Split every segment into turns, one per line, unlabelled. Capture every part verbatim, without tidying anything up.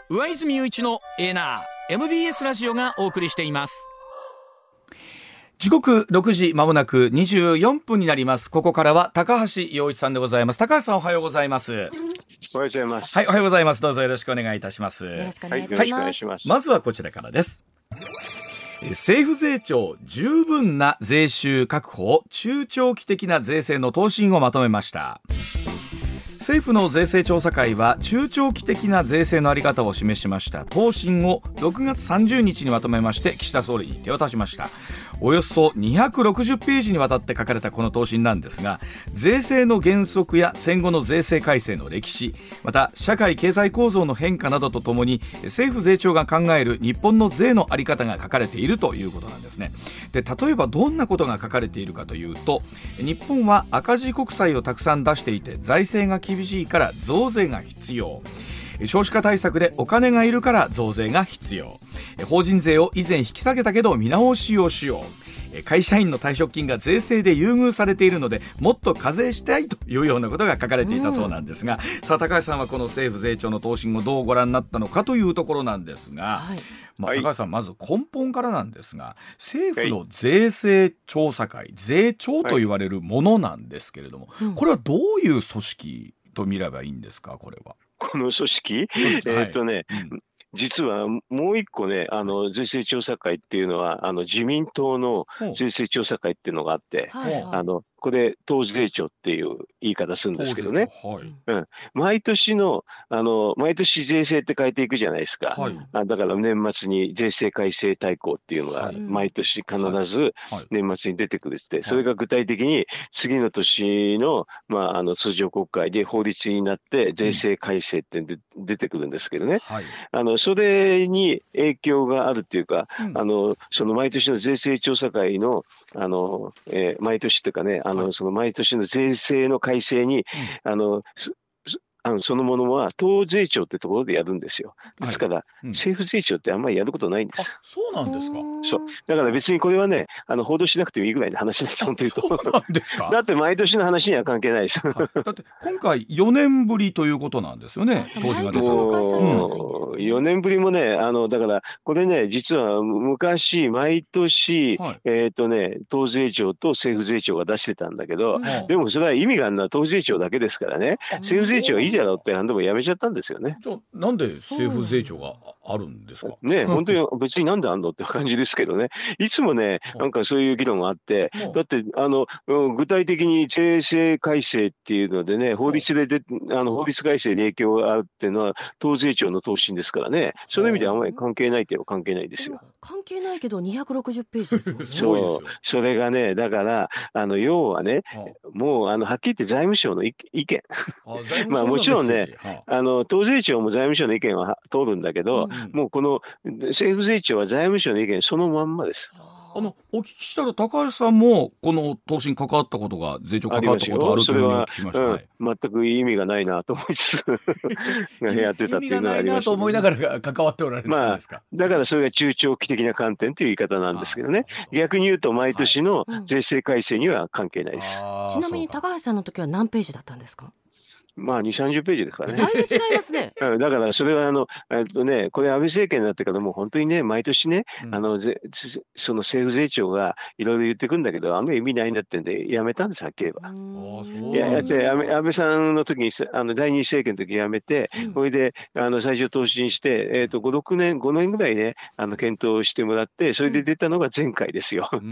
上泉雄一のエーナー エムビーエス ラジオがお送りしています。時刻ろくじまもなくにじゅうよんぷんになります。ここからは高橋洋一さんでございます。高橋さん、おはようございます。
おはようございます。
はい、おはようございます。どうぞよろしくお願いいたします。
よろしくお願いいたします。
まずはこちらからです。政府税調十分な税収確保を中長期的な税制の答申をまとめました。政府の税制調査会は中長期的な税制の在り方を示しました答申をろくがつさんじゅうにちにまとめまして岸田総理に手渡しました。およそにひゃくろくじゅっページにわたって書かれたこの答申なんですが、税制の原則や戦後の税制改正の歴史、また社会経済構造の変化などとともに政府税調が考える日本の税の在り方が書かれているということなんですね。で、例えばどんなことが書かれているかというと、日本は赤字国債をたくさん出していて財政が厳しいから増税が必要、少子化対策でお金がいるから増税が必要、法人税を以前引き下げたけど見直しをしよう、会社員の退職金が税制で優遇されているのでもっと課税したいというようなことが書かれていたそうなんですが、うん、さあ高橋さんはこの政府税調の答申をどうご覧になったのかというところなんですが、はい、まあ、高橋さん、まず根本からなんですが、政府の税制調査会、税調と言われるものなんですけれども、はい、これはどういう組織と見ればいいんですか？これは
この組織、えーっとね、はい、うん、実はもう一個ね、あの税制調査会っていうのはあの自民党の税制調査会っていうのがあって、はい、あのこれ党税調っていう言い方するんですけどね、はい、うん、毎年のあの毎年税制って変えていくじゃないですか、はい、あだから年末に税制改正大綱っていうのが毎年必ず年末に出てくるって、はいはい、それが具体的に次の年の、まあ、あの通常国会で法律になって税制改正ってで、うん、出てくるんですけどね、はい、あのそれに影響があるっていうか、うん、あのその毎年の税制調査会のあの、えー、毎年っていうかね、あの、はい、その毎年の税制の改正に、うん、あのあのそのものは党税調ってところでやるんですよ。ですから、はい、うん、政府税調ってあんまりやることないんです。
あ、そうなんですか。
そうだから別にこれはね、あの報道しなくてもいいぐらいの話だと思ってると。
そうなんですか。
だって毎年の話には関係ないです。
はい、だって今回よねんぶりということなんですよね。当時がですね。
もうよねんぶりもね、あのだからこれね、実は昔毎年、はい、えっとね党税調と政府税調が出してたんだけど、うん、でもそれは意味があるのは党税調だけですからね。政府税調はいいじゃろって何でもやめちゃったんですよね。
じゃあなんで政府税調があるんですか
ね。本当に別になんであんのって感じですけどね。いつもね、なんかそういう議論があって、だってあの具体的に税制改正っていうのでね、法律でであの法律改正に影響があるっていうのは党税調の答申ですからね。そういう意味ではあんまり関係ないって言えば関係ないですよ。
関係ないけどにひゃくろくじゅっページですもんね。
そう、それがね、だからあの要はね、もうあのはっきり言って財務省の意見。まあもちろんね、あの党税調も財務省の意見は通るんだけど、うん、もうこの政府税調は財務省の意見そのまんまです。
あのお聞きしたら高橋さんもこの答申関わったことが税調関わったことがあるというふうにお聞きしました。
うん、全く意味がないなと思いつつやってたっていうのはありました、ね、意味がないな
と思いながら関わっておられたんですか。ま
あ、だからそれが中長期的な観点という言い方なんですけどね。逆に言うと毎年の税制改正には関係ないです。
はい、ちなみに高橋さんの時は何ページだったんですか。
まあにじゅう、さんじゅっページですからね。
だいぶ違いますね。
だからそれはあの、えっとね、これ安倍政権になってからもう本当にね、毎年ね、うん、あのぜその政府税調がいろいろ言ってくんだけど、あんまり意味ないんだってんでやめたんです、はっきり言えば。いや、だって安倍、安倍さんの時にあの第二次政権の時やめて、うん、それであの最初答申して、えっとご、ろくねん、ごねんぐらいね、あの検討してもらって、それで出たのが前回ですよ。うん、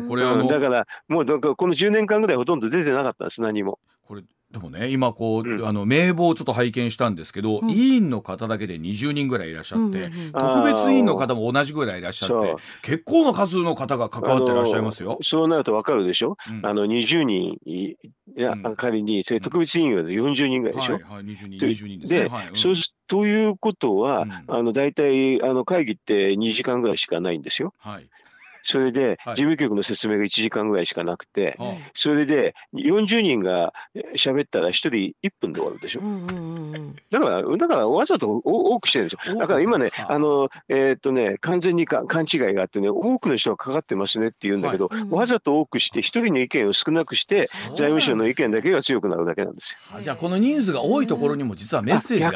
これあのだからもうこのじゅうねんかんぐらいほとんど出てなかったんです、何も。
これでもね、今こう、うん、あの名簿をちょっと拝見したんですけど、うん、委員の方だけでにじゅうにんぐらいいらっしゃって、うんうんうん、特別委員の方も同じぐらいいらっしゃって、結構な数の方が関わってらっしゃいますよ。
そうなると分かるでしょ、うん、あのにじゅうにんいや、うん、仮にそれ特別委員がよんじゅうにんぐらいでしょ、うん、はいはい、にじゅうにん、にじゅうにんですね。で、はい、うん、そうということは、うん、あの大体あの会議ってにじかんぐらいしかないんですよ。はい、それで事務局の説明がいちじかんぐらいしかなくて、はい、それでよんじゅうにんが喋ったらひとりいっぷんで終わるでしょ、うんうんうん、だからだからわざと多くしてるんですよ。だから今ね、あのえー、っとね完全にか勘違いがあってね、多くの人がかかってますねって言うんだけど、はい、わざと多くしてひとりの意見を少なくして財務省の意見だけが強くなるだけなんですよ。
じゃあこの人数が多いところにも実はメッセージがある。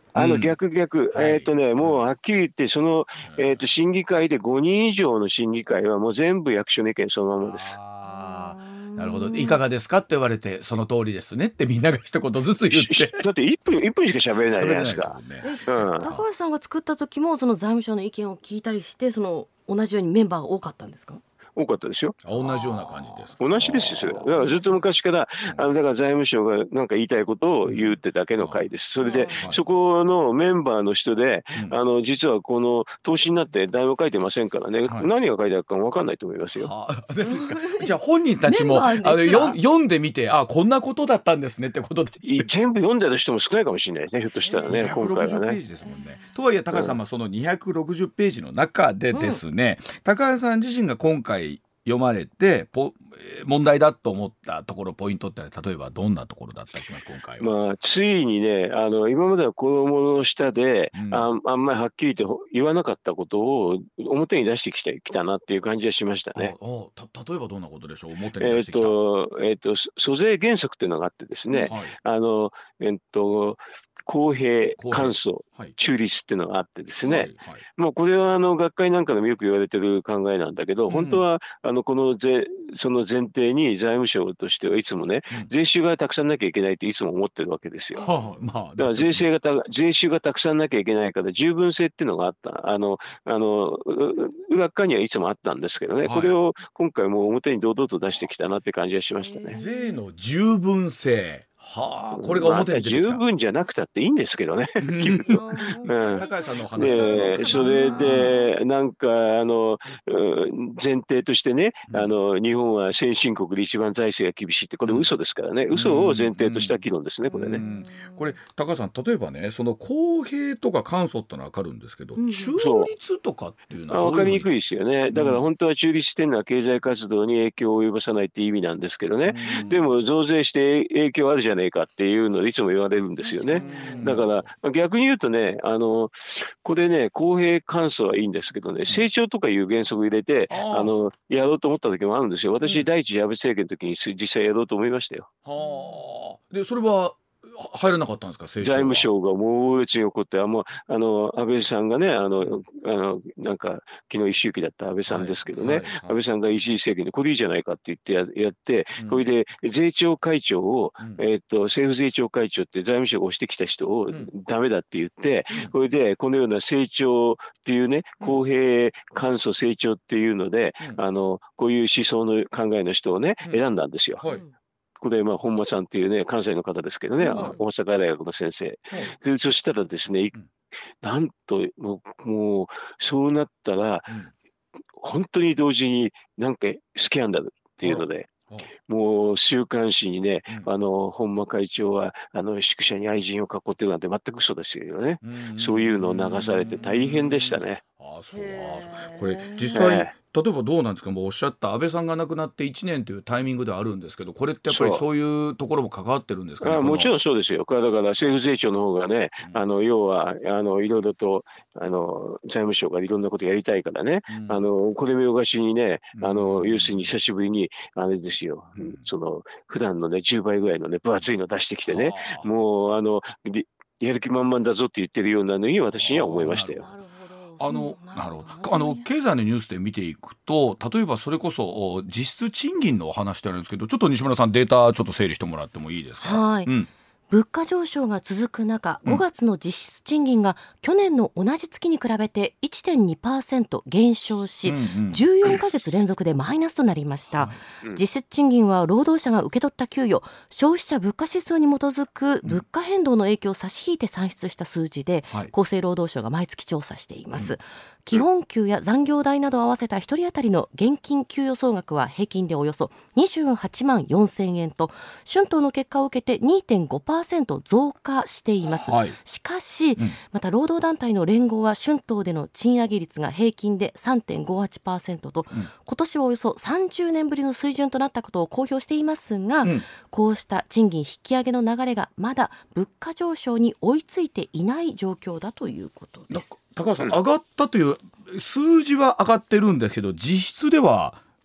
あの逆逆、うん、えっ、ー、とね、もうはっきり言って、その、えっ、ー、と、審議会でごにん以上の審議会はもう全部役所の意見そのままです。
あなるほど。いかがですかって言われて、その通りですねってみんなが一言ずつ言って。
だっていっぷん、いっぷんしか喋れないじゃないですか。
ねうん、高橋さんが作った時も、その財務省の意見を聞いたりして、その同じようにメンバーが多かったんですか？
多かったですよ。
同じような感じです。
同じですよ、それ。だからずっと昔から、あのだから財務省が何か言いたいことを言うってだけの会です。それで、そこのメンバーの人で、あの実はこの投資になって題は書いてませんからね、はい、何が書いてあるか分かんないと思いますよ。はあ、
ですか。じゃあ本人たちもあのよ読んでみて、あこんなことだったんですねってことで。
全部読んでる人も少ないかもしれないですね、ひょっとしたらね、今回はね。
ページですもんね。とはいえ高橋さんはそのにひゃくろくじゅうページの中でですね、うん、高橋さん自身が今回読まれてポ問題だと思ったところ、ポイントって例えばどんなところだったりします今回は。
まあ、ついにね、あの今までは子供の下で、うん、あ, あんまりはっきりと言わなかったことを表に出してきてきたなっていう感じがしましたね。
ああた例えばどんなことでしょう。表に出してきた。
えっと、えっと、租税原則っていうのがあってですね、はい、あのえっと公平、簡素、はい、中立っていうのがあってですね、はいはい、もうこれはあの学会なんかでもよく言われてる考えなんだけど、うん、本当はあのこの税その前提に財務省としてはいつもね、うん、税収がたくさんなきゃいけないっていつも思ってるわけですよ。はあまあ、だから税制がた税収がたくさんなきゃいけないから十分性っていうのがあったあのあの裏側にはいつもあったんですけどね、はい、これを今回も表に堂々と出してきたなって感じがしましたね。
税の十分性はあ、これが表に出てきた。
まあ、十分じゃなくたっていいんですけどね。聞くと、うん、
高橋さんのお話で
それでなんかあの前提としてね、あの日本は先進国で一番財政が厳しいってこれ嘘ですからね、うん、嘘を前提とした議論ですね、これね。
これ高橋さん、例えばね、その公平とか簡素ってのは分かるんですけど、うん、中立とかっていうのは
分かりにくいですよね。だから本当は中立っていうのは経済活動に影響を及ぼさないっていう意味なんですけどね、うん、でも増税して影響あるじゃねえかっていうのでいつも言われるんですよね。だから逆に言うとね、あのこれね、公平簡素はいいんですけどね、成長とかいう原則入れてあのやろうと思った時もあるんですよ。私、第一次安倍政権の時に実際やろうと思いましたよ。
はあ。でそれは入らなかったんですか。
財務省が猛烈に怒って、あもうあの安倍さんがね、あのあのなんか昨日一周期だった安倍さんですけどね、はいはいはい、安倍さんが一時政権でこれいいじゃないかって言ってや、やって、それ、うん、で税調会長を、うんえー、っと政府税調会長って財務省が押してきた人をダメだって言って、うん、それでこのような成長っていうね、公平簡素成長っていうので、うん、あのこういう思想の考えの人をね、選んだんですよ。はいこれ、まあ、本間さんっていうね、関西の方ですけどね、はい、大阪大学の先生。はい、でそしたらですね、うん、なんともう、もう、そうなったら、うん、本当に同時になんかスキャンダルっていうので、もう週刊誌にね、うん、あの本間会長はあの宿舎に愛人を囲ってるなんて全く嘘ですよね。そういうのを流されて大変でしたね。
ああそうあこれ実際、えー、例えばどうなんですか。もうおっしゃった安倍さんが亡くなっていちねんというタイミングではあるんですけど、これってやっぱりそういうところも関わってるんですかね。
あもちろんそうですよ。これだから政府税調の方がね、うん、あの要はあのいろいろとあの財務省がいろんなことやりたいからね、うん、あのこれ見よがしにね、あの、うん、要するに久しぶりにあれですよ、うん、その普段のねじゅうばいぐらいのね分厚いの出してきてね、もうあのやる気満々だぞって言ってるようなのに私には思いましたよ。
あのなるほど。あの経済のニュースで見ていくと、例えばそれこそ実質賃金のお話ってあるんですけど、ちょっと西村さんデータちょっと整理してもらってもいいですか。
はい、うん物価上昇が続く中、ごがつの実質賃金が去年の同じ月に比べて いってんにパーセント 減少し、うんうん、じゅうよんかげつ連続でマイナスとなりました、はい、実質賃金は労働者が受け取った給与、消費者物価指数に基づく物価変動の影響を差し引いて算出した数字で、うん、厚生労働省が毎月調査しています、うん基本給や残業代などを合わせたひとり当たりの現金給与総額は平均でおよそにじゅうはちまんよんせんえんと、春闘の結果を受けて にてんごパーセント 増加しています、はい、しかし、うん、また労働団体の連合は春闘での賃上げ率が平均で さんてんごはちパーセント と、うん、今年はおよそさんじゅうねんぶりの水準となったことを公表していますが、うん、こうした賃金引き上げの流れがまだ物価上昇に追いついていない状況だということです。
高橋さん、上がったという数字は上がってるんですけど、実質では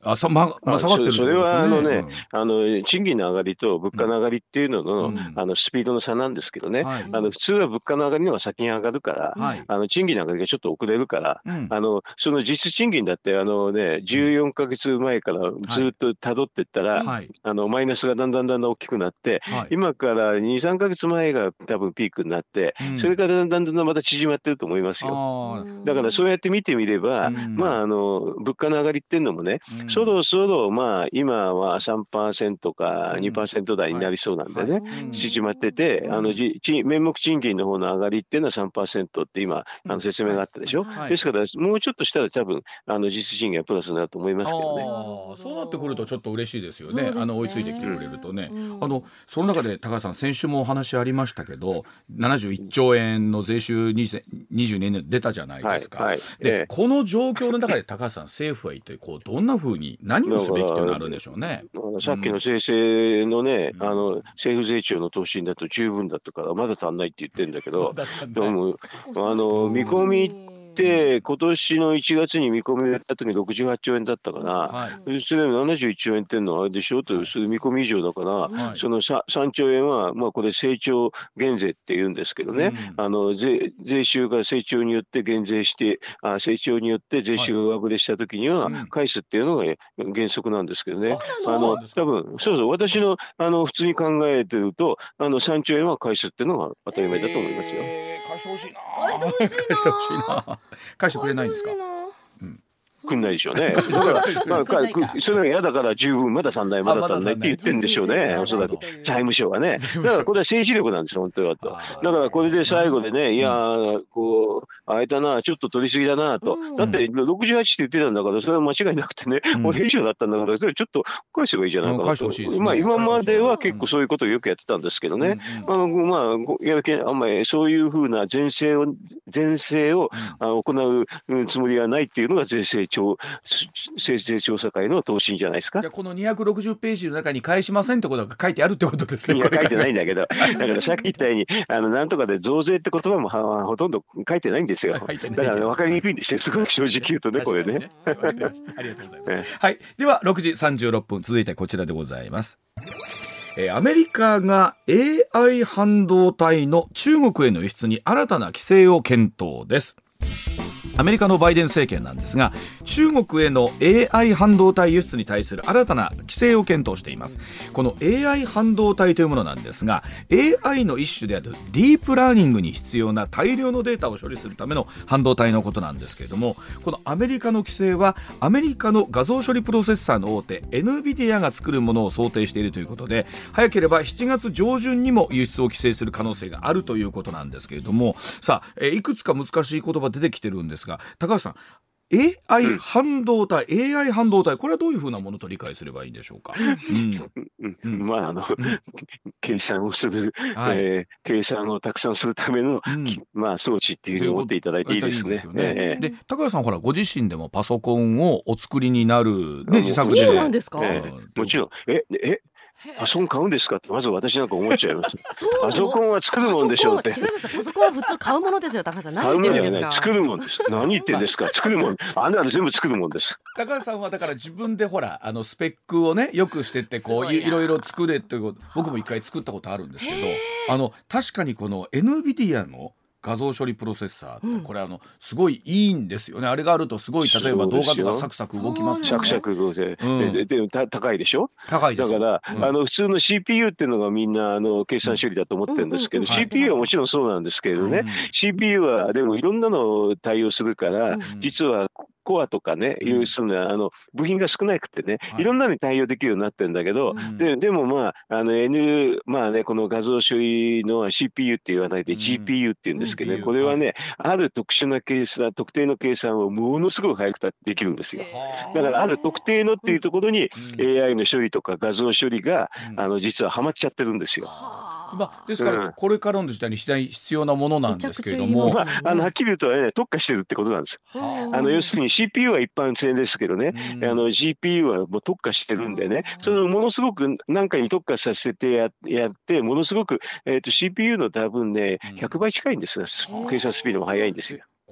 あ、さままあ、下がってるってことですよね。
それはあのね、うん、あの賃金の上がりと物価の上がりっていうのの、うん、あのスピードの差なんですけどね、はい、あの普通は物価の上がりの方が先に上がるから、はい、あの賃金の上がりがちょっと遅れるから、うん、あのその実質賃金だってあの、ね、じゅうよんかげつまえからずっとたどっていったら、はい、あのマイナスがだんだんだんだん大きくなって、はい、今からに、さんかげつまえが多分ピークになって、うん、それからだんだんだんだんまた縮まってると思いますよ。だからそうやって見てみれば、うん、まああの物価の上がりっていうのもね、うん、そろそろまあ今は さんパーセント か にパーセント 台になりそうなんでね、はいはい、縮まってて、あのじ名目賃金の方の上がりっていうのは さんパーセント って今あの説明があったでしょ、はい、ですからもうちょっとしたら多分あの実質賃金はプラスになると思いますけどね。
あ、そうなってくるとちょっと嬉しいですよ ね, ねあの追いついてきてくれるとね、うん、あのその中で高橋さん先週もお話ありましたけどななじゅういっちょうえんの税収にじゅうにねん出たじゃないですか、はいはい、で、ええ、この状況の中で高橋さん政府は一体こうどんなふうに何をすべきというのがあるんでしょうね。
さっきの税制のね、うん、あの政府税調の答申だと十分だったからまだ足んないって言ってるんだけどでもあの見込みで今年のいちがつに見込みをやった時にろくじゅうはちちょうえんだったかな、はい、それでななじゅういっちょうえんっていうのはあれでしょという見込み以上だから、はい、その さんちょうえんは、まあ、これ成長減税って言うんですけどね、うん、あの 税, 税収が成長によって減税してあ成長によって税収が上振れした時には返すっていうのが原則なんですけどね、うん、あの多分そうそう私のあの普通に考えてるとあのさんちょうえんは返すっていうのが当たり前だと思いますよ。
えー、返してほしいな返してほしいな返してくれないんですか。
くんないでしょうね。まあ、それが嫌だから十分まだ足んないまだ足んないって言ってるんでしょうね、おそらく財務省はね。だからこれは政治力なんですよ本当はと。だからこれで最後でね、いやこうあえたなちょっと取りすぎだなと、だってろくじゅうはちって言ってたんだからそれは間違いなくてね、これ以上だったんだからそれちょっと返せばいいじゃないかなと。まあ今までは結構そういうことをよくやってたんですけどね、あのまあやる気あんまりそういうふうな税制を税制を行うつもりはないっていうのが税制政税調査会の答申じゃないですか。
じゃあこのにひゃくろくじゅうページの中に返しませんってことが書いてあるってことですね。
いや書いてないんだけどだからさっき言ったようにあのなんとかで増税って言葉もはほとんど書いてないんですよ。だから、ね、分かりにくいんですよすごく正直言うとねこれね。
ありがとうございます、はい、ではろくじさんじゅうろっぷん続いてこちらでございます。えー、アメリカが エーアイ 半導体の中国への輸出に新たな規制を検討です。アメリカのバイデン政権なんですが中国への エーアイ 半導体輸出に対する新たな規制を検討しています。この エーアイ 半導体というものなんですが エーアイ の一種であるディープラーニングに必要な大量のデータを処理するための半導体のことなんですけれどもこのアメリカの規制はアメリカの画像処理プロセッサーの大手 エヌビディア が作るものを想定しているということで早ければしちがつ上旬にも輸出を規制する可能性があるということなんですけれどもさあいくつか難しい言葉出てきてるんですが高橋さん エーアイ 半導体、うん、エーアイ 半導体これはどういうふうなものと理解すればいいんでしょうか。
うんうん、まああの、うん、計算をする、はいえー、計算をたくさんするための、うん、まあ装置っていうふうに思っていただいていいですね。
で、ね高橋さんほらご自身でもパソコンをお作りになる、ね、自作
で。そうなんですか、
えー、もちろんええパソコン買うんですかってまず私なんか思っちゃいます。パソコンは作るもんでしょうって。
違います。パソコンは普通買うものですよ高橋さん。何言ってるんですか。
作るもんです。何言ってんですか。作るもん。あんなの全部作るもんです。
高橋さんはだから自分でほらあのスペックをねよくしてってこういろいろ作れって僕も一回作ったことあるんですけどあの確かにこの エヌビディア の画像処理プロセッサーって、うん、これあのすごいいいんですよね。あれがあるとすごい例えば動画とかサクサク動きますもんね。
シャクシャク動て、うん、で, でた高いでしょ。
高いです
だから、うん、あの普通の シーピーユー っていうのがみんなあの計算処理だと思ってるんですけど、うんうんうん、シーピーユー はもちろんそうなんですけれどね、はい、シーピーユー はでもいろんなのを対応するから、うん、実はコアとかね、いうするのはあの部品が少なくてね、いろんなのに対応できるようになってるんだけど、はい、で, でもまああの N まあねこの画像処理の シーピーユー って言わないで ジーピーユー って言うんですけどね、うん、これはね、はい、ある特殊な計算特定の計算をものすごく早くできるんですよ。だからある特定のっていうところに エーアイ の処理とか画像処理が、うん、あの実ははまっちゃってるんですよ。
まあ、ですからこれからの時代に必要なものなんですけれども、
まあ、あのはっきり言うと、ね、特化してるってことなんです。あの要するに シーピーユー は一般性ですけどね、うん、あの ジーピーユー はもう特化してるんでね、そのものすごく何かに特化させて や, やってものすごく、えー、と シーピーユー の多分ねひゃくばい近いんですが、計算スピードも速いんですよ。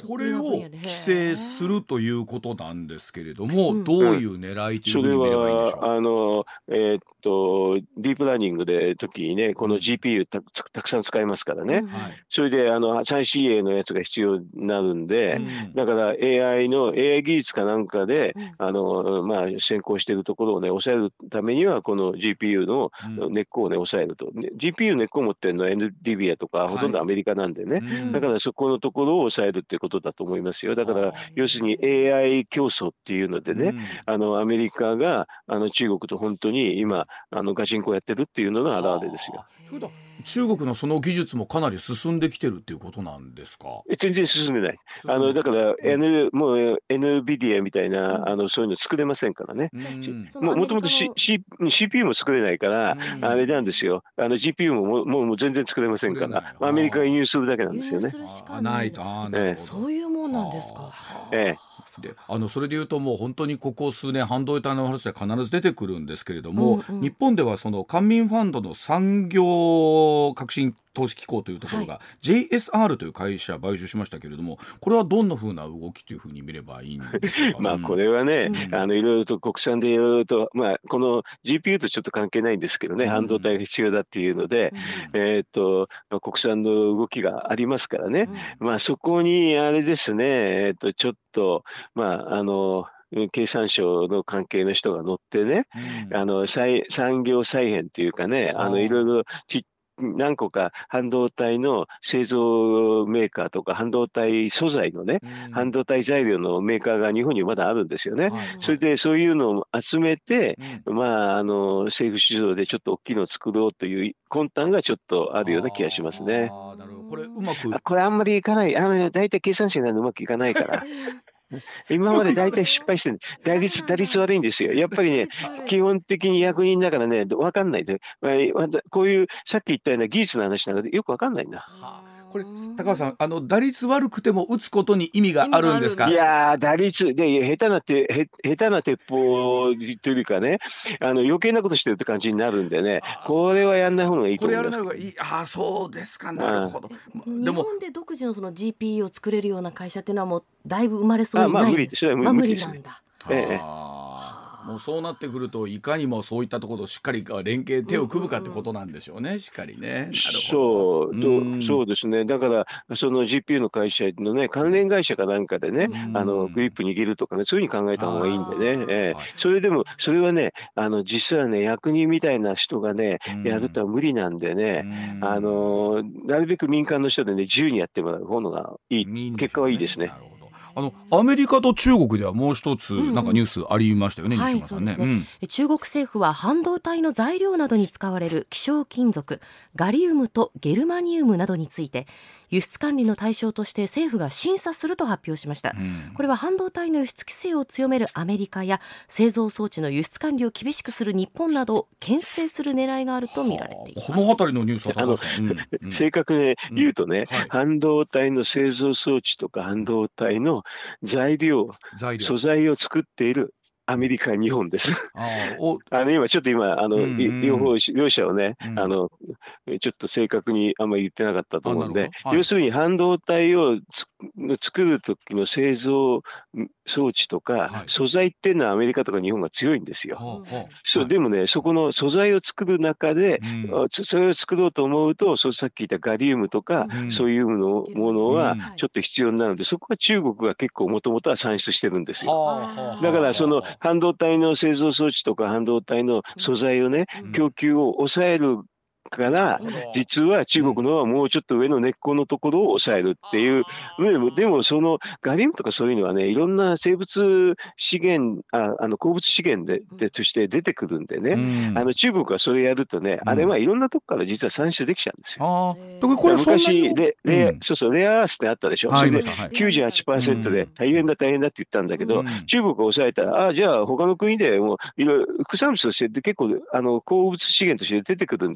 これを規制するということなんですけれども、うん、どういう狙いというふうに見ればいいんでしょう。
それはあの、えー、っとディープラーニングで時にね、この ジーピーユー た, たくさん使いますからね、うん、それであの スリーシーエー のやつが必要になるんで、うん、だから エーアイ の エーアイ 技術かなんかで、うん、あのまあ、先行しているところをね抑えるためにはこの ジーピーユー の根っこをね抑えると、ジーピーユー 根っこを持ってるのは エヌビディア とかほとんどアメリカなんでね、はい、だからそこのところを抑えるっていうことだと思いますよ。だから要するに エーアイ 競争っていうのでね、うん、あのアメリカがあの中国と本当に今あのガチンコやってるっていうのの表れですよ。
中国のその技術もかなり進んできてるっていうことなんですか。
全然進んでない。あのだから、N うん、もう エヌビディア みたいな、うん、あのそういうの作れませんからね。うん、も, もともと C C シーピーユー も作れないから、うん、あれなんですよ。あの ジーピーユー ももうもう全然作れませんから、アメリカが輸入するだけなんですよね。
ないと、あ、なるほど、
そういうもんなんですか。
ええ。であのそれでいうともう本当にここ数年半導体の話は必ず出てくるんですけれども、うんうん、日本ではその官民ファンドの産業革新投資機構というところが、はい、ジェイエスアール という会社買収しましたけれども、これはどんな風な動きというふうに見ればいいんですか。
まあこれはね、うん、あのいろいろと国産でいろいろと、まあ、この ジーピーユー とちょっと関係ないんですけどね、うん、半導体が必要だっていうので、うん、えー、っと国産の動きがありますからね、うん、まあそこにあれですね、えー、っとちょっとまああの経産省の関係の人が乗ってね、うん、あの産業再編っていうかね、あのいろいろち何個か半導体の製造メーカーとか半導体素材のね、うん、半導体材料のメーカーが日本にまだあるんですよね。はいはい、それでそういうのを集めて、うん、まああの政府市場でちょっと大きいのを作ろうという魂胆がちょっとあるような気がしますね。
あ、なるほど。これうまく
これあんまりいかない。あの大体経産省なんでうまくいかないから。今まで大体失敗してる。打率、打率悪いんですよ。やっぱりね、基本的に役人だからね、わかんないで、こういうさっき言ったような技術の話なのでよくわかんないんだ。はあ、
これ高橋さん、あの打率悪くても打つことに意味があるんですか。
いやー、打率で下手なて下手な鉄砲というかね、あの余計なことしてるって感じになるんでね、これはやんない方がいいと思います。
これやらない方がいい。あ、そうですか。なるほど。
日本で独自のその ジーピーユー を作れるような会社っていうのはもうだいぶ生まれそうにない。
あ、まあ無理、それは無理、
まあ、無理なんだ。
ええ、
もうそうなってくるといかにもそういったところをしっかり連携手を組むかってことなんでしょうね、しっかりね。
そう、うそうですね。だからその ジーピーユー の会社のね、関連会社かなんかでね、あのグリップ握るとかね、そういうふうに考えた方がいいんでね、ええ、それでもそれはね、あの実はね、役人みたいな人がねやるとは無理なんでね、あのなるべく民間の人でね自由にやってもらう方がいい、結果はいいですね。
あのアメリカと中国ではもう一つなんかニュースありましたよね、うんうん、西村さんね。はい、そうですね。
うん、中国政府は半導体の材料などに使われる希少金属ガリウムとゲルマニウムなどについて輸出管理の対象として政府が審査すると発表しました。うん、これは半導体の輸出規制を強めるアメリカや製造装置の輸出管理を厳しくする日本などを牽制する狙いがあると見られています。
このあたりのニュースは高橋さん、うん
うん、正確に言うとね、うん、はい、半導体の製造装置とか半導体の材料、材料素材を作っているアメリカ、日本です。ああの今ちょっと今あの、うんうん、両方両者をね、うん、あのちょっと正確にあんまり言ってなかったと思うんで、はい、要するに半導体を作る時の製造装置とか、はい、素材っていうのはアメリカとか日本が強いんですよ。はあ、そう、でもね、そこの素材を作る中で、うん、それを作ろうと思うと、そさっき言ったガリウムとか、うん、そういうのものはちょっと必要になるので、そこは中国が結構もともとは産出してるんですよ。はあ、だからその半導体の製造装置とか半導体の素材をね、うん、供給を抑えるから実は中国のはもうちょっと上の根っこのところを抑えるっていう、でも、でもそのガリウムとかそういうのはね、いろんな生物資源、ああの鉱物資源で、でとして出てくるんでね、うん、あの中国はそれやるとね、うん、あれはいろんなとこから実は産出できちゃうんですよ。あ、これ昔レレ、うん、そうそうレアアースってあったでしょ。それで きゅうじゅうはちパーセント で大変だ大変だって言ったんだけど、うん、中国が抑えたら、あじゃあ他の国でもういろいろ副産物として結構あの鉱物資源として出てくるんでね、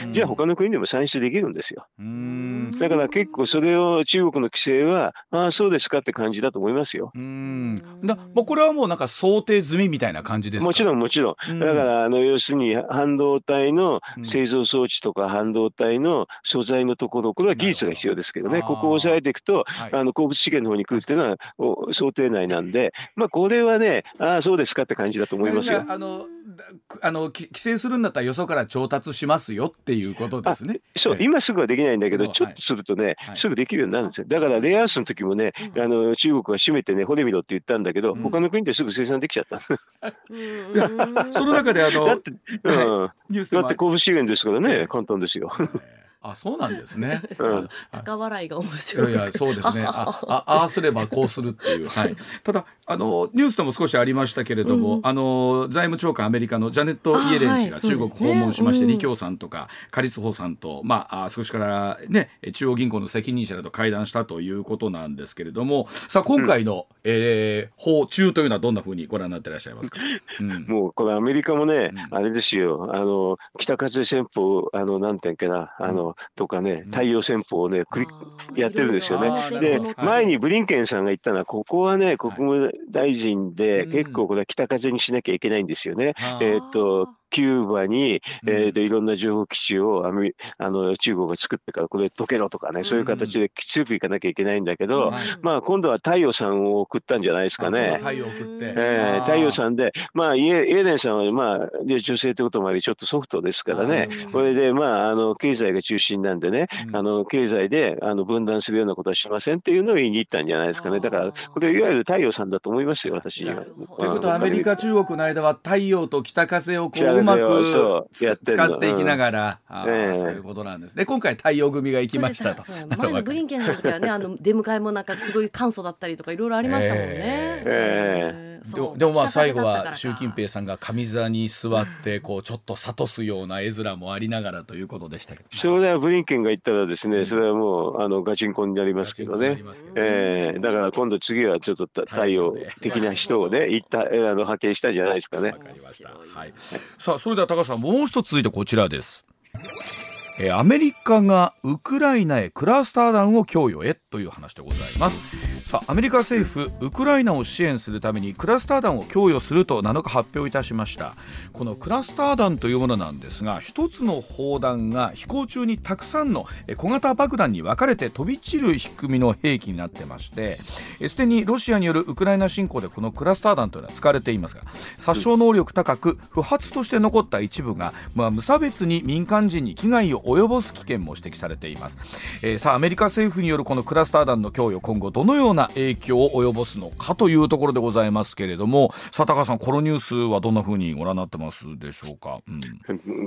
じゃあ他の国でも算出できるんですよ。うんだから結構それを中国の規制はああそうですかって感じだと思いますよ。
うんだもうこれはもうなんか想定済みみたいな感じですか。
もちろんもちろん、だからあの要するに半導体の製造装置とか半導体の素材のところ、これは技術が必要ですけどね、ここを抑えていくと、はい、あの鉱物資源の方に来るっていうのは想定内なんで、まあこれはね、ああそうですかって感じだと思いますよ。
あのあの規制するんだったらよそから調達しますよっていうことですね。
そう、ええ、今すぐはできないんだけど、ちょっとするとね、はい、すぐできるようになるんですよ。だからレアアースの時もね、うん、あの中国は閉めてね、ほれみろって言ったんだけど、うん、他の国ですぐ生産できちゃった。
その中であの
だって、うん、だって鉱物資源ですからね、ええ、簡単ですよ。
あ、そうなんですね。
うん、高笑いが面白い。
いやいや、そうですね。あ、あ、ああすればこうするっていう。はい。ただあのニュースでも少しありましたけれども、うん、あの財務長官アメリカのジャネット・イエレン氏が中国訪問しまして、はいね、李強さんとかカリスホさんと、まあ少しからね中央銀行の責任者らと会談したということなんですけれども、さあ今回の、うんえー、訪中というのはどんなふうにご覧になっていらっしゃいますか。
うん、もうこれアメリカもね、うん、あれですよ、あの北風旋風あのなんていうかなあの、うんとかね、太陽戦法をね、繰りやってるんですよね。で、前にブリンケンさんが言ったのは、ここはね、国務大臣で結構これは北風にしなきゃいけないんですよね。えっと、キューバに、えー、といろんな情報基地をアメあの中国が作ってからこれ解けろとかね、そういう形で強くいかなきゃいけないんだけど、うんまあ、今度は太陽さんを送ったんじゃないですかね。
太陽送って、
えー、太陽さんで、まあ、イエレンさんは、まあ、女性ということもありちょっとソフトですからね、これで、まあ、あの経済が中心なんでね、うん、あの経済であの分断するようなことはしませんっていうのを言いに行ったんじゃないですかね。だからこれいわゆる太陽さんだと思いますよ、私には。
ということはアメリカ中国の間は太陽と北風をこううまく使っていきながら、うんあえー、そういうことなんですね。今回太陽組が行きましたと。
前のブリンケンの時からねあの出迎えもなんかすごい簡素だったりとかいろいろありましたもんね。えーえ
ーでも、でもまあ最後は習近平さんが上座に座ってこうちょっと諭すような絵面もありながらということでしたけど、
それはブリンケンが言ったらですね、それはもうあのガチンコになりますけどね。えー、だから今度次はちょっと太陽的な人をね、行ったあの派遣したんじゃないですかね。わかりました。
はい。さあそれでは高橋さん、もう一つ続いてこちらです。えー、アメリカがウクライナへクラスター弾を供与へという話でございます。さあアメリカ政府ウクライナを支援するためにクラスター弾を供与するとなのか発表いたしました。このクラスター弾というものなんですが、一つの砲弾が飛行中にたくさんの小型爆弾に分かれて飛び散る仕組みの兵器になってまして、すでにロシアによるウクライナ侵攻でこのクラスター弾というのは使われていますが、殺傷能力高く不発として残った一部が、まあ、無差別に民間人に危害を及ぼす危険も指摘されています。えー、さあアメリカ政府によるこのクラスター弾の供与、今後どのような影響を及ぼすのかというところでございますけれども、さあ高橋さん、このニュースはどんなふうにご覧になってますでしょうか。うん、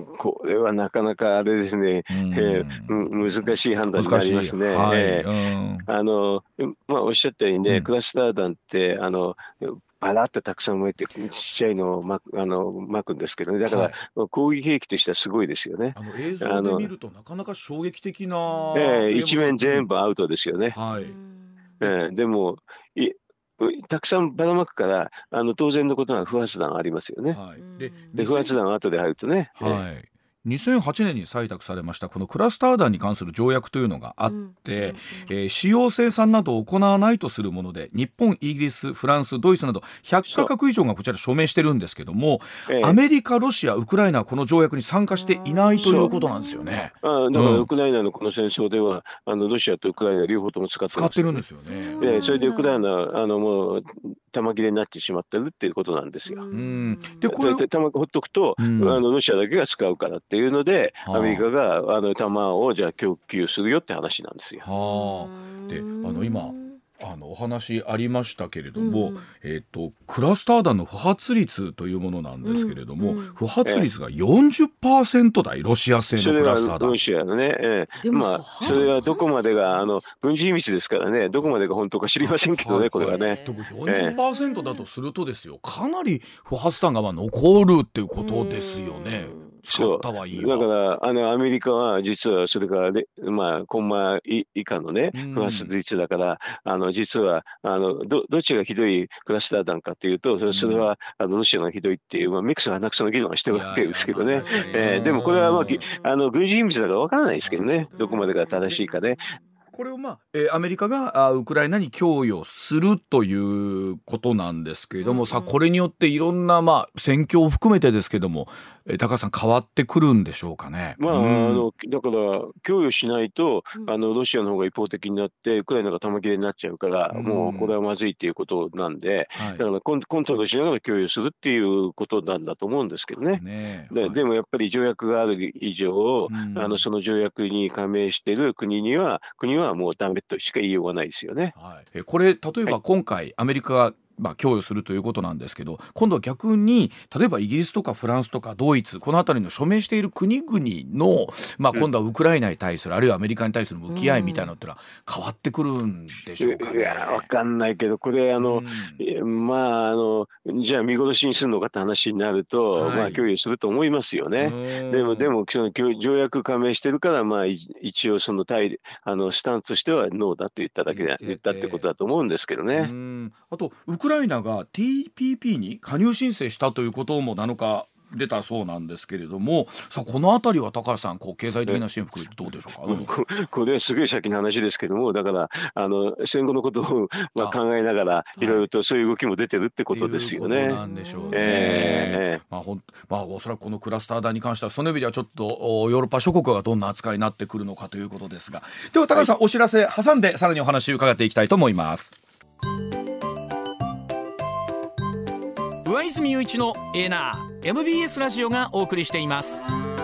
これはなかなかあれですね、うんえー、難しい判断になりますね。はいえーうん、あのまあ、おっしゃったようにね、うん、クラスター弾ってあのバラッとたくさん燃えてちっちゃいのをまあの巻くんですけどね、だから、はい、攻撃兵器としてはすごいですよね。
あの映像で見るとなかなか衝撃的な、
えー、一面全部アウトですよね。はいえー、でもいたくさんばらまくからあの当然のことは不発弾ありますよね。はい、でで不発弾は後で入るとね、
はいえーにせんはちねんに採択されましたこのクラスター弾に関する条約というのがあって、うんえー、使用生産などを行わないとするもので、日本、イギリス、フランス、ドイツなどひゃっかかく以上がこちら署名してるんですけども、ええ、アメリカ、ロシア、ウクライナはこの条約に参加していないということなんですよね。
あだからウクライナのこの戦争では、うん、あのロシアとウクライナ両方とも使ってます、ね、
使ってるんですよね。
えー、それでウクライナあのもう弾切れになってしまってるっていうことなんですよ。
うん
でこれ弾ほっとくと、うん、あのロシアだけが使うからっていうのでアメリカがあの弾をじゃあ供給するよって話なんですよ。
はあ、であの今あのお話ありましたけれども、うんえー、とクラスター弾の不発率というものなんですけれども、うんうん、不発率が よんじゅっパーセント 台、ロシア製のクラスター弾。
ロシアのね、えー、まあそれはどこまでがあの軍事秘密ですからね、どこまでが本当か知りませんけどね、はい、これはね。
でも よんじゅっパーセント だとするとですよ、かなり不発弾がまあ残るっていうことですよね。 使ったはいいわ。
だからあのアメリカは実はそれからで、まあ、コンマ以下のねクラス率だから、あの実はあの ど, どっちがひどいクラスター弾かというと、それそれはあのロシアがひどいっていう、まあ、ミックスがなくその議論をしてるわけですけどね。えー、でもこれは、まあ、あの軍事秘密だからわからないですけどね、どこまでが正しいかね。
これを、まあえー、アメリカがあウクライナに供与するということなんですけれども、うんうん、さあこれによっていろんな、まあ、戦況を含めてですけども、えー、高橋さん変わってくるんでしょうかね。
まあ、うん、あのだから供与しないと、うん、あのロシアの方が一方的になってウクライナが玉切れになっちゃうから、うん、もうこれはまずいっていうことなんで、はい、だからコン、コントロールしながら供与するっていうことなんだと思うんですけどね。ね、で、はい、でもやっぱり条約がある以上、うん、あのその条約に加盟している国には国はもうダメとしか言いようがないですよね。
はい、えこれ例えば今回、はい、アメリカがまあ、供与するということなんですけど、今度は逆に例えばイギリスとかフランスとかドイツ、この辺りの署名している国々の、まあ、今度はウクライナに対する、うん、あるいはアメリカに対する向き合いみたいなのってのは変わってくるんでしょうかね。
いや分かんないけど、これあの、うん、まああのじゃあ見殺しにするのかって話になると、はい、まあ供与すると思いますよね。でもでもその条約加盟してるから、まあ一応その対あのスタンスとしてはノーだって言っただけで言ったってことだと思うんですけどね。
うん、あとウクライナが ティーピーピー に加入申請したということもなのか出たそうなんですけれども、さあこのあたりは高橋さん、こう経済的な支援含めてどうでしょうか。うん、
こ, これはすごい先の話ですけども、だからあの戦後のことを、まあ、考えながらいろいろとそういう動きも出てるってことですよね。
いうことなんでしょうね。えーまあほんまあ、おそらくこのクラスター弾に関してはその意味ではちょっとヨーロッパ諸国がどんな扱いになってくるのかということですが、では高橋さん、はい、お知らせ挟んでさらにお話を伺っていきたいと思います。上泉雄一のエーナー エムビーエス ラジオがお送りしています。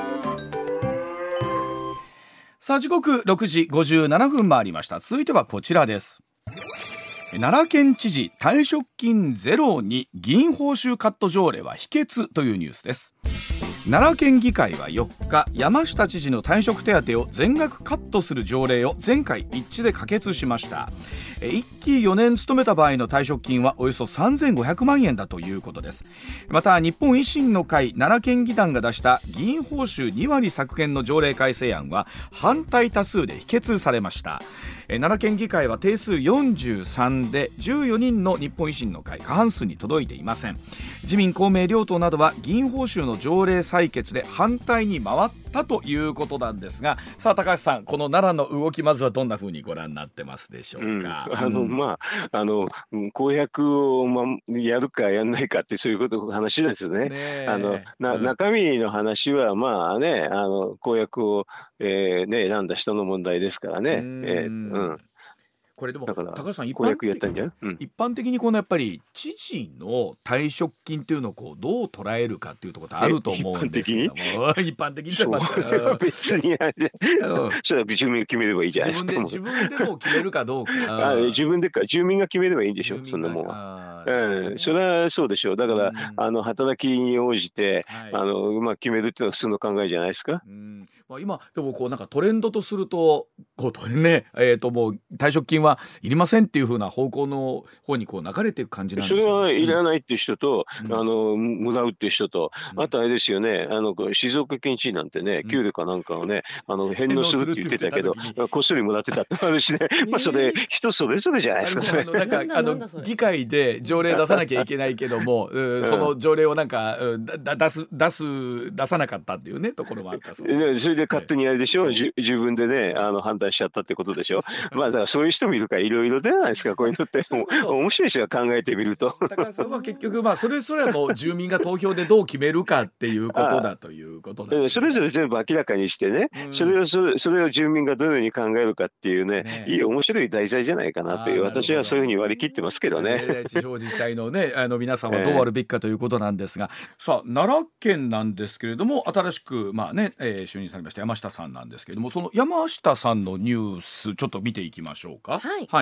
さあ時刻ろくじごじゅうななふん回りました。続いてはこちらです。奈良県知事退職金ゼロに議員報酬カット条例は否決というニュースです。奈良県議会はよっか、山下知事の退職手当を全額カットする条例を全会一致で可決しました。いっきよねん勤めた場合の退職金はおよそさんぜんごひゃくまんえんだということです。また日本維新の会奈良県議団が出した議員報酬にわり削減の条例改正案は反対多数で否決されました。奈良県議会は定数よんじゅうさんでじゅうよにんの日本維新の会過半数に届いていません。自民公明両党などは議員報酬の条例採決で反対に回ったということなんですが、さあ高橋さん、この奈良の動き、まずはどんな風にご覧になってますでしょうか。うん、
あのまああの公約を、ま、やるかやんないかってそういうこと話ですね。ねあのな、うん、中身の話はまあね、あの公約を、えーね、選んだ人の問題ですからね。うん、えーうん
これでも高橋さん、一
般的、うん、
一般的にこのやっぱり知事の退職金っていうのをこうどう捉えるかっていうところあると思うんですけども、一般的に一般的に
別にあれそれは住民が決めればいいじゃないですか。
自分で自分でも決めるかどうか
あ自分でか住民が決めればいいんでしょ、そんなもんは。うん、それはそうでしょう。だから、うん、あの働きに応じて、はい、あのまあ、決めるっていうのは普通の考えじゃないですか。うん
まあ、今でもこうなんかトレンドとするとこうね、えー、ともう退職金はいりませんっていう風な方向の方にこう流れていく感じなんでしょう。
それはいらないっていう人と、うん、あのもらうっていう人と、うん、あとあれですよね、あの静岡県知事なんてね、給料かなんかをね、あの返納するって言ってたけど、こっそりもらってたってあるしね、まあそれ人それぞれじゃないですか。それ
なんかあの議会で条例出さなきゃいけないけども、うん、その条例をなんか、うん、だ出す出す出さなかったっていうねところもあったそうで、
ね、それで勝手にあれでしょ、はい、自分でねあの判断しちゃったってことでしょ。まあだからそういう人もいるからいろいろじゃないですか、こういうのって。そうそう面白い人が考えてみると。
高橋さんは結局まあそれぞれの住民が投票でどう決めるかっていうことだということなんです、ね、
それぞれ全部明らかにしてね、うん、それをそれそれを住民がどのように考えるかっていうね、ねいい面白い題材じゃないかなという、私はそういうふうに割り切ってますけどね。
えー、地方自治体のねあの皆さんはどうあるべきかということなんですが、えー、さあ奈良県なんですけれども、新しくまあね、えー、就任されました山下さんなんですけれども、その山下さんのニュースちょっと見ていきましょうか。
はい、
はい、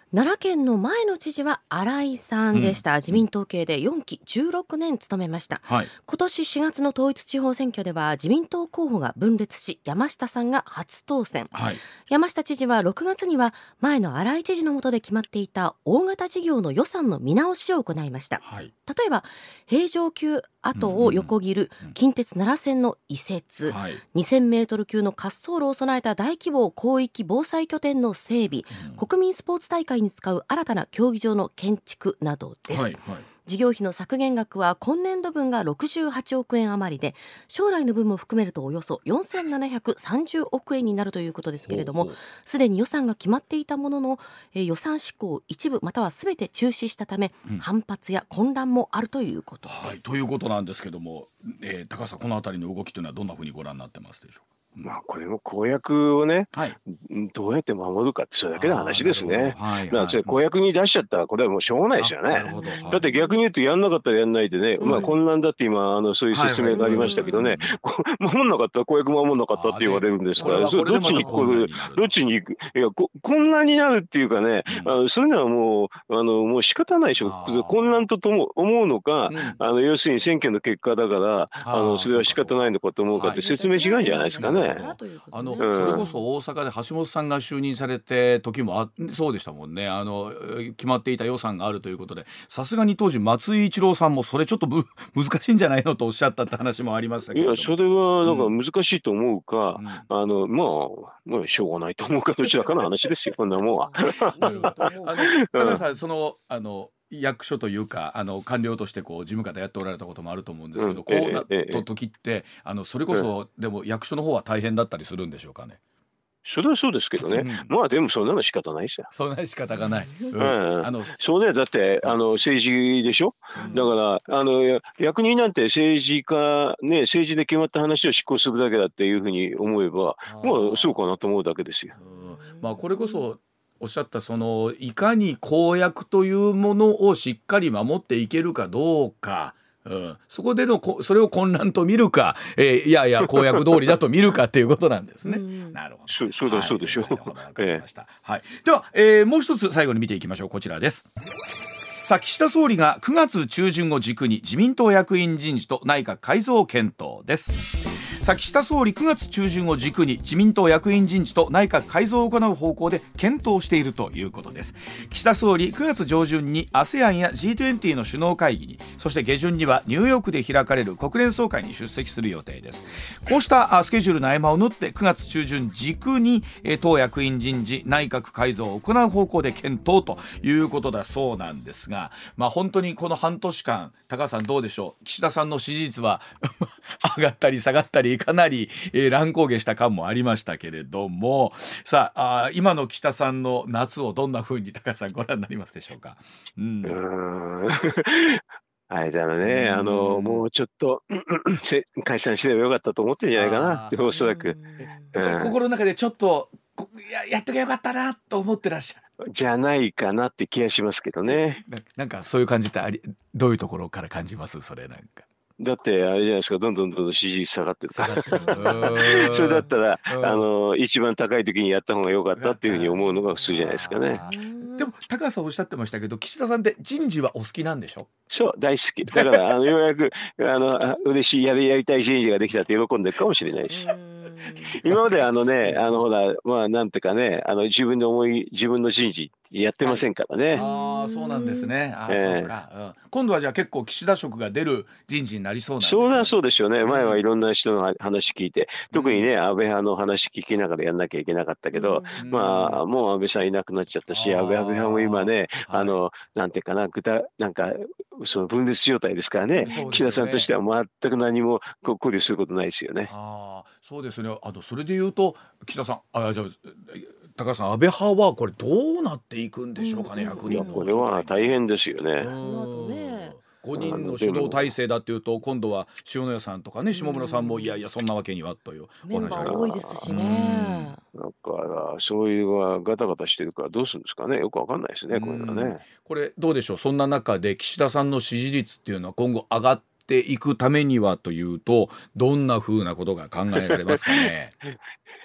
奈良県の前の知事は荒井さんでした、うん、自民党系でよんきじゅうろくねん務めました、はい、今年しがつの統一地方選挙では自民党候補が分裂し山下さんが初当選、はい、山下知事はろくがつには前の荒井知事の下で決まっていた大型事業の予算の見直しを行いました、はい、例えば平城宮跡を横切る近鉄奈良線の移設、うんうん、にせんメートル級の滑走路を備えた大規模広域防災拠点の整備、うん、国民スポーツ大会に使う新たな競技場の建築などです、はいはい、事業費の削減額は今年度分がろくじゅうはちおくえん余りで将来の分も含めるとおよそよんせんななひゃくさんじゅうおくえんになるということですけれども、すでに予算が決まっていたものの、えー、予算執行を一部または全て中止したため、うん、反発や混乱もあるということです、
はい、ということなんですけども、えー、高橋さんこのあたりの動きというのはどんなふうにご覧になってますでしょうか。
まあ、これも公約をね、はい、どうやって守るかってそれだけの話ですね。はいはい、だからそれ公約に出しちゃったらこれはもうしょうがないですよね。はい、だって逆に言うとやんなかったらやんないでね、うん、まあ混乱だって今あのそういう説明がありましたけどね、守んなかったら公約守んなかったって言われるんですから、それどっちに行くどっちに行くいやこ混乱になるっていうかね、うん、あのそういうのはもうあのもう仕方ないでしょ。混乱ととも思うのか、うん、あの要するに選挙の結果だからあのそれは仕方ないのかと思うかって説明違うんじゃないですかね。
あの、うん、それこそ大阪で橋本さんが就任されて時もあそうでしたもんね。あの決まっていた予算があるということで、さすがに当時松井一郎さんもそれちょっとぶ難しいんじゃないのとおっしゃったって話もありましたけど。
いやそれはなんか難しいと思うか、うん、あのまあまあしょうがないと思うかどちらかの話ですよこんなもんは。
あの高橋さんそのあの役所というかあの官僚としてこう事務方やっておられたこともあると思うんですけど、うん、こうなった時って、ええ、あのそれこそ、うん、でも役所の方は大変だったりするんでしょうかね。
それはそうですけどね、うん、まあでもそんなの仕方ないですよ。
そんな仕方がない、
うんうん、あのそうね、だってあの政治でしょ、うん、だからあの役人なんて政治家ね政治で決まった話を執行するだけだっていうふうに思えばまあそうかなと思うだけですよ。
うん、まあこれこそおっしゃったそのいかに公約というものをしっかり守っていけるかどうか、うん、そこでのそれを混乱と見るか、えー、いやいや公約通りだと見るかっていうことなんですね。なるほど。
そ, そうだ、はい、そうでしょう。
ええはい、では、えー、もう一つ最後に見ていきましょう。こちらです。さあ岸田総理がくがつ中旬を軸に自民党役員人事と内閣改造を検討です。さあ岸田総理くがつ中旬を軸に自民党役員人事と内閣改造を行う方向で検討しているということです。岸田総理くがつ上旬に アセアン や ジートゥエンティー の首脳会議に、そして下旬にはニューヨークで開かれる国連総会に出席する予定です。こうしたスケジュールの合間を縫ってくがつ中旬軸に党役員人事内閣改造を行う方向で検討ということだそうなんですが、まあ、本当にこの半年間高橋さんどうでしょう。岸田さんの支持率は上がったり下がったりかなり、えー、乱高下した感もありましたけれども、さあ、あ今の岸田さんの夏をどんな風に高橋さんご覧になりますでしょうか。うん、うーん
あれだね、あのもうちょっと解散すればよかったと思ってるんじゃないかなっておそらく、
うん、心の中でちょっと や, やっとけばよかったなと思ってらっしゃる
じゃないかなって気がしますけどね。
な, なんかそういう感じってありどういうところから感じます？それなんか
だってあれじゃないですか、どんどんどんどん支持率下がってるからそれだったらあの一番高い時にやった方が良かったっていうふうに思うのが普通じゃないですかね。
でも高橋さんおっしゃってましたけど、岸田さんって人事はお好きなんでしょ？
そう、大好きだからあのようやくあの嬉しいやりやりたい人事ができたって喜んでるかもしれないし今まであのねあのほらまあなんていうかねあの自分の思い自分の人事やってませんからね。はい、
ああそうなんですね。あ、えー、そうか、うん、今度はじゃあ結構岸田色が出る人事になりそうなんですね。
そうだそうですよね。前はいろんな人の話聞いて、特にね、うん、安倍派の話聞きながらやんなきゃいけなかったけど、うん、まあもう安倍さんいなくなっちゃったし、安倍安倍派も今ね、あのなんていうかな具体なんかその分裂状態ですからね、ね、岸田さんとしては全く何も考慮することないですよね。
ああそうですね。あとそれで言うと岸田さんあじゃあ高橋さん安倍派はこれどうなっていくんでしょうかね。ひゃくにんの
これは大変ですよね。
ごにんの主導体制だっていうと今度は塩谷さんとかね下村さんもいやいやそんなわけにはという
メンバー多いですしね。
だからそういうガタガタしてるからどうするんですかね。よくわかんないですねこれはね。
これどうでしょう。そんな中で岸田さんの支持率っていうのは今後上がっていくためにはというとどんな風なことが考えられますかね。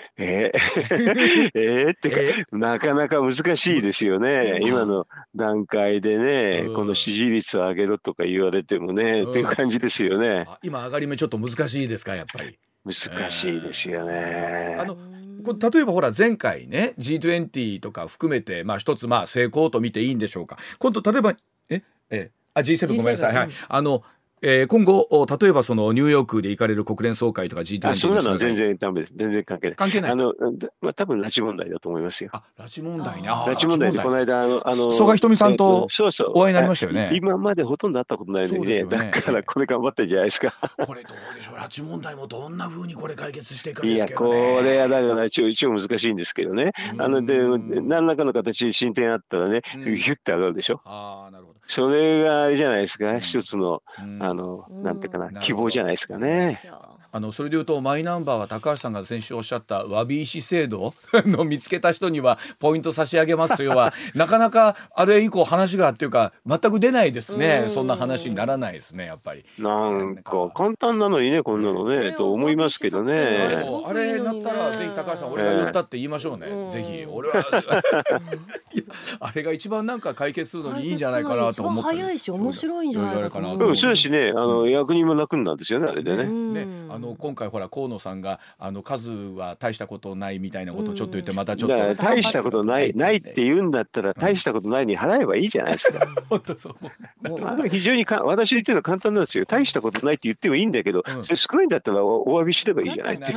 えー、えー、ってか、えー、なかなか難しいですよね、うん、今の段階でね、うん、この支持率を上げろとか言われてもね、うん、っていう感じですよね。
今上がり目ちょっと難しいですか、やっぱり。
難しいですよね。えー、
あのこれ例えばほら前回ね ジートゥエンティー とか含めて、まあ、一つまあ成功と見ていいんでしょうか。今度例えばええあ ジーセブン ごめんなさい、はい、あのえー、今後例えばそのニューヨークで行かれる国連総会とか ジートゥエンティー
あ、そんなのは全然ダメです。全然関係ない。
関係ない。
あの、まあ、多分拉致問題だと思いますよ。
あ、拉致問題ね。
拉致問題でこの間あのあの
曽我ひとみさんとお会いになりましたよね。
そうそう、今までほとんど会ったことないのにね、だからこれ頑張ってるじゃないですか。
これどうでしょう。拉致問題もどんな風にこれ解決していくんですけどね。
いや、これはだから超超難しいんですけどね。あので何らかの形で進展あったらね、ヒュッて上がるでしょ。
ああ、なるほど。
それがあれじゃないですか、一つのあのなんていうかな、希望じゃないですかね。
あのそれでいうとマイナンバーは高橋さんが先週おっしゃったわび石制度の見つけた人にはポイント差し上げますよはなかなかあれ以降話がっていうか全く出ないですね。そんな話にならないですね、やっぱり。
なんか簡単なのにね、こんなのね、と思いますけどね。
あれなったらぜひ高橋さん俺が言ったって言いましょうね、えー、ぜひ俺はあれが一番なんか解決するのにいいんじゃないかなと思って。
早いし面白いんじゃないかな。
うん、そうだしね、あの役人も楽になるんですよね、あれでね。
ね、あの今回ほら河野さんがあの数は大したことないみたいなことをちょっと言って、またちょっと
大したことないないって言うんだったら大したことないに払えばいいじゃないですか。
本当そう思う。
あの非常にか私言ってるのは簡単なんですよ。大したことないって言ってもいいんだけど、それ少ないんだったら お, お詫びすればいいじゃないっていう。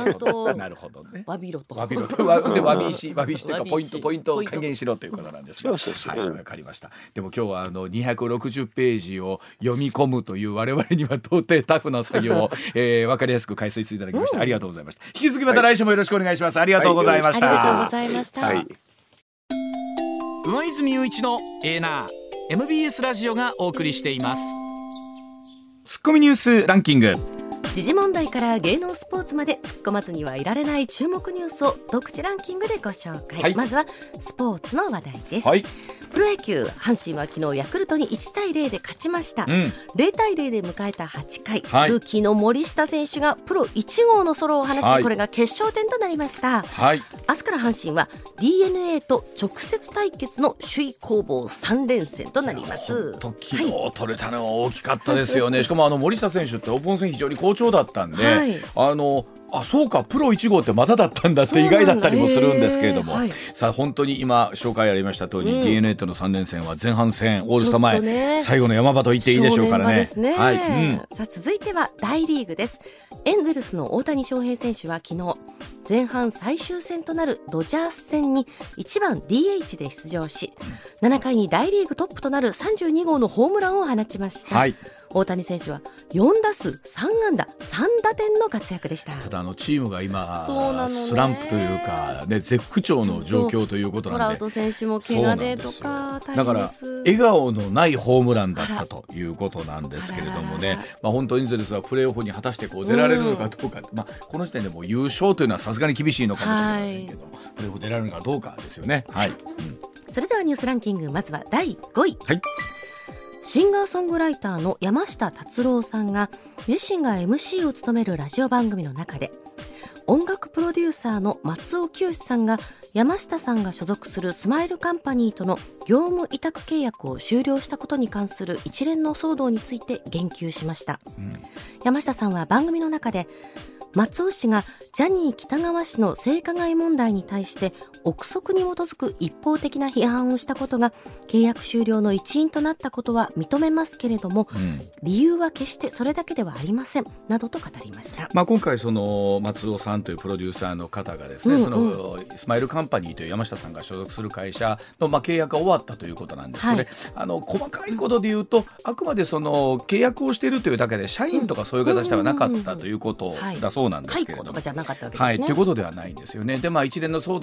なるほどね。
わびろと。
わびろと。でわび石わび石というかポイントポイントを還元しろということなんですが。はい、わかりました。でも今日はあのにひゃくろくじゅうページを読み込むという我々には到底タフな作業を、えー、分かりやすく解説いただきまして、うん、ありがとうございました。引き続きまた来週もよろしくお願いします。はい、ありがとうございました。
はい、ありがとうございました。はい、
上泉雄一のエーナー エムビーエス ラジオがお送りしています。ツッコミニュースランキング。
時事問題から芸能スポーツまで突っ込まずにはいられない注目ニュースを独自ランキングでご紹介、はい、まずはスポーツの話題です、はい、プロ野球阪神は昨日ヤクルトにいちたいゼロで勝ちました、うん、ゼロたいゼロで迎えたはちかい、はい、ルーキーの森下選手がプロいちごうのソロを放ち、はい、これが決勝点となりました、はい、明日から阪神は ディーエヌエー と直接対決の首位攻防さんれんせんとなります。
昨日取れたのは大きかったですよね、はい、しかもあの森下選手ってオープン戦非常に好調だったんで、はい、あのあそうかプロいち号ってまだだったんだって意外だったりもするんですけれども、はい、さあ本当に今紹介ありました通り、うん、ディーエヌエー とのさんれんせんは前半戦オールスター前、ね、最後の山場と言っていいでしょうからね。
ね、はい、うん、さあ続いては大リーグです。エンゼルスの大谷翔平選手は昨日前半最終戦となるドジャース戦にいちばん ディーエイチ で出場し、ななかいに大リーグトップとなるさんじゅうにごうのホームランを放ちました、はい、大谷選手はよんだすうさんあんださんだてんの活躍でした。
ただあのチームが今、ね、スランプというか、ね、絶不調の状況ということなんで、
トラウト選手も怪我でとか大変です。
だから笑顔のないホームランだったということなんですけれどもね、まあ、本当にエンゼルスはプレーオフに果たしてこう出られるのかどうか、うん、まあ、この時点でもう優勝というのはさすがに厳しいのかもしれませんけど、はい、プレーオフ出られるのかどうかですよね、はい、うん、
それではニュースランキング、まずはだいごい、はい、シンガーソングライターの山下達郎さんが自身が エムシー を務めるラジオ番組の中で、音楽プロデューサーの松尾清さんが山下さんが所属するスマイルカンパニーとの業務委託契約を終了したことに関する一連の騒動について言及しました、うん、山下さんは番組の中で、松尾氏がジャニー喜多川氏の性加害問題に対して憶測に基づく一方的な批判をしたことが契約終了の一因となったことは認めますけれども、うん、理由は決してそれだけではありませんなどと語りました。
まあ、今回その松尾さんというプロデューサーの方がですね、うんうん、そのスマイルカンパニーという山下さんが所属する会社のまあ契約が終わったということなんですけど、はい、あの細かいことで言うとあくまでその契約をしているというだけで社員とかそういう形ではなかったということだそうなんですけれども、
解雇とかじゃなかったわけですね。
はい、ということではないんですよね。で、まあ、一連の騒動の中で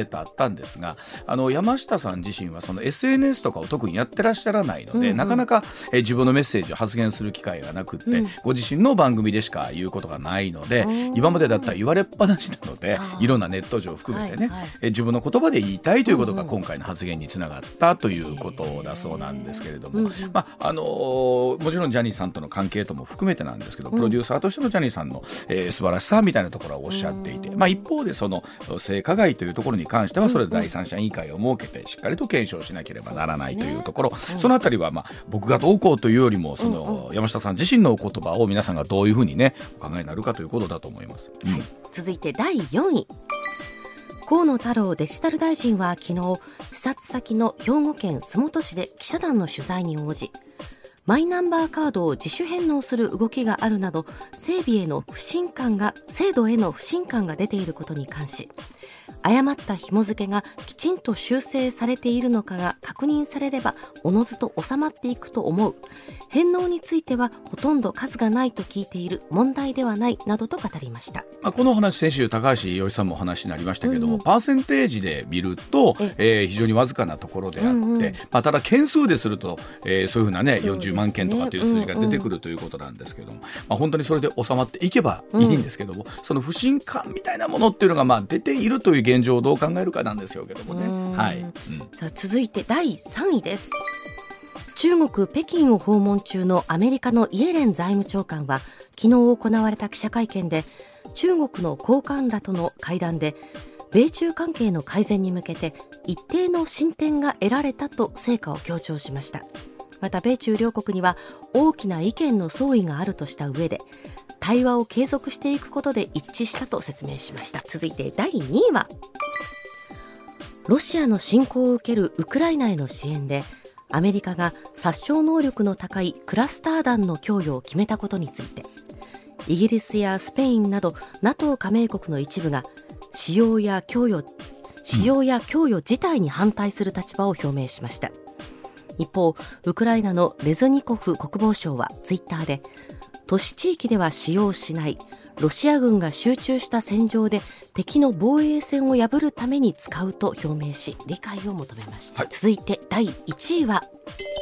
データあったんですが、あの山下さん自身はその エスエヌエス とかを特にやってらっしゃらないので、うんうん、なかなかえ自分のメッセージを発言する機会がなくって、うん、ご自身の番組でしか言うことがないので、今までだったら言われっぱなしなので、いろんなネット上含めてね、はいはい、え自分の言葉で言いたいということが今回の発言につながったということだそうなんですけれども、うんうん、まああのー、もちろんジャニーさんとの関係とも含めてなんですけど、プロデューサーとしてのジャニーさんの、えー、素晴らしさみたいなところをおっしゃっていて、まあ、一方でその性加害というところに関してはそれで第三者委員会を設けてしっかりと検証しなければならないというところ、 そ, ね、そのあたりはまあ僕がどうこうというよりもその山下さん自身のお言葉を皆さんがどういうふうにねお考えになるかということだと思います、うん、はい、
続いてだいよんい、河野太郎デジタル大臣は昨日視察先の兵庫県洲本市で記者団の取材に応じ、マイナンバーカードを自主返納する動きがあるなど整備への不信感が制度への不信感が出ていることに関し、誤った紐付けがきちんと修正されているのかが確認されればおのずと収まっていくと思う、返納についてはほとんど数がないと聞いている、問題ではないなどと語りました。
まあ、この話先週高橋洋一さんもお話になりましたけども、うんうん、パーセンテージで見ると、えー、非常にわずかなところであって、うんうん、まあ、ただ件数ですると、えー、そういうふうなねよんじゅうまんけんとかという数字が出てくるということなんですけども、うんうん、まあ、本当にそれで収まっていけばいいんですけども、うん、その不信感みたいなものっていうのがまあ出ているという現状をどう考えるかなんですよけどもね、はい、うん、
さあ続いてだいさんいです。中国北京を訪問中のアメリカのイエレン財務長官は昨日行われた記者会見で、中国の高官らとの会談で米中関係の改善に向けて一定の進展が得られたと成果を強調しました。また米中両国には大きな意見の相違があるとした上で、対話を継続していくことで一致したと説明しました。続いてだいにいは、ロシアの侵攻を受けるウクライナへの支援でアメリカが殺傷能力の高いクラスター弾の供与を決めたことについて、イギリスやスペインなど ナトー 加盟国の一部が使用や供与、使用や供与自体に反対する立場を表明しました。一方、ウクライナのレズニコフ国防相はツイッターで、都市地域では使用しない、ロシア軍が集中した戦場で敵の防衛線を破るために使うと表明し、理解を求めました、はい、続いてだいいちいは、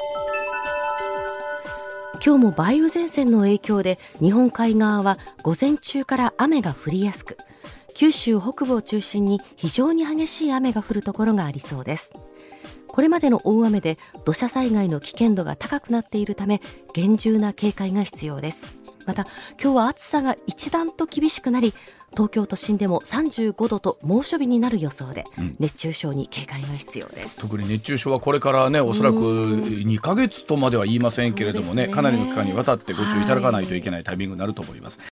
今日も梅雨前線の影響で日本海側は午前中から雨が降りやすく、九州北部を中心に非常に激しい雨が降るところがありそうです。これまでの大雨で土砂災害の危険度が高くなっているため厳重な警戒が必要です。また今日は暑さが一段と厳しくなり、東京都心でもさんじゅうごどと猛暑日になる予想で、うん、熱中症に警戒が必要です。
特に熱中症はこれからね、おそらくにかげつとまでは言いませんけれども ね, ねかなりの期間にわたってご注意いただかないといけないタイミングになると思います。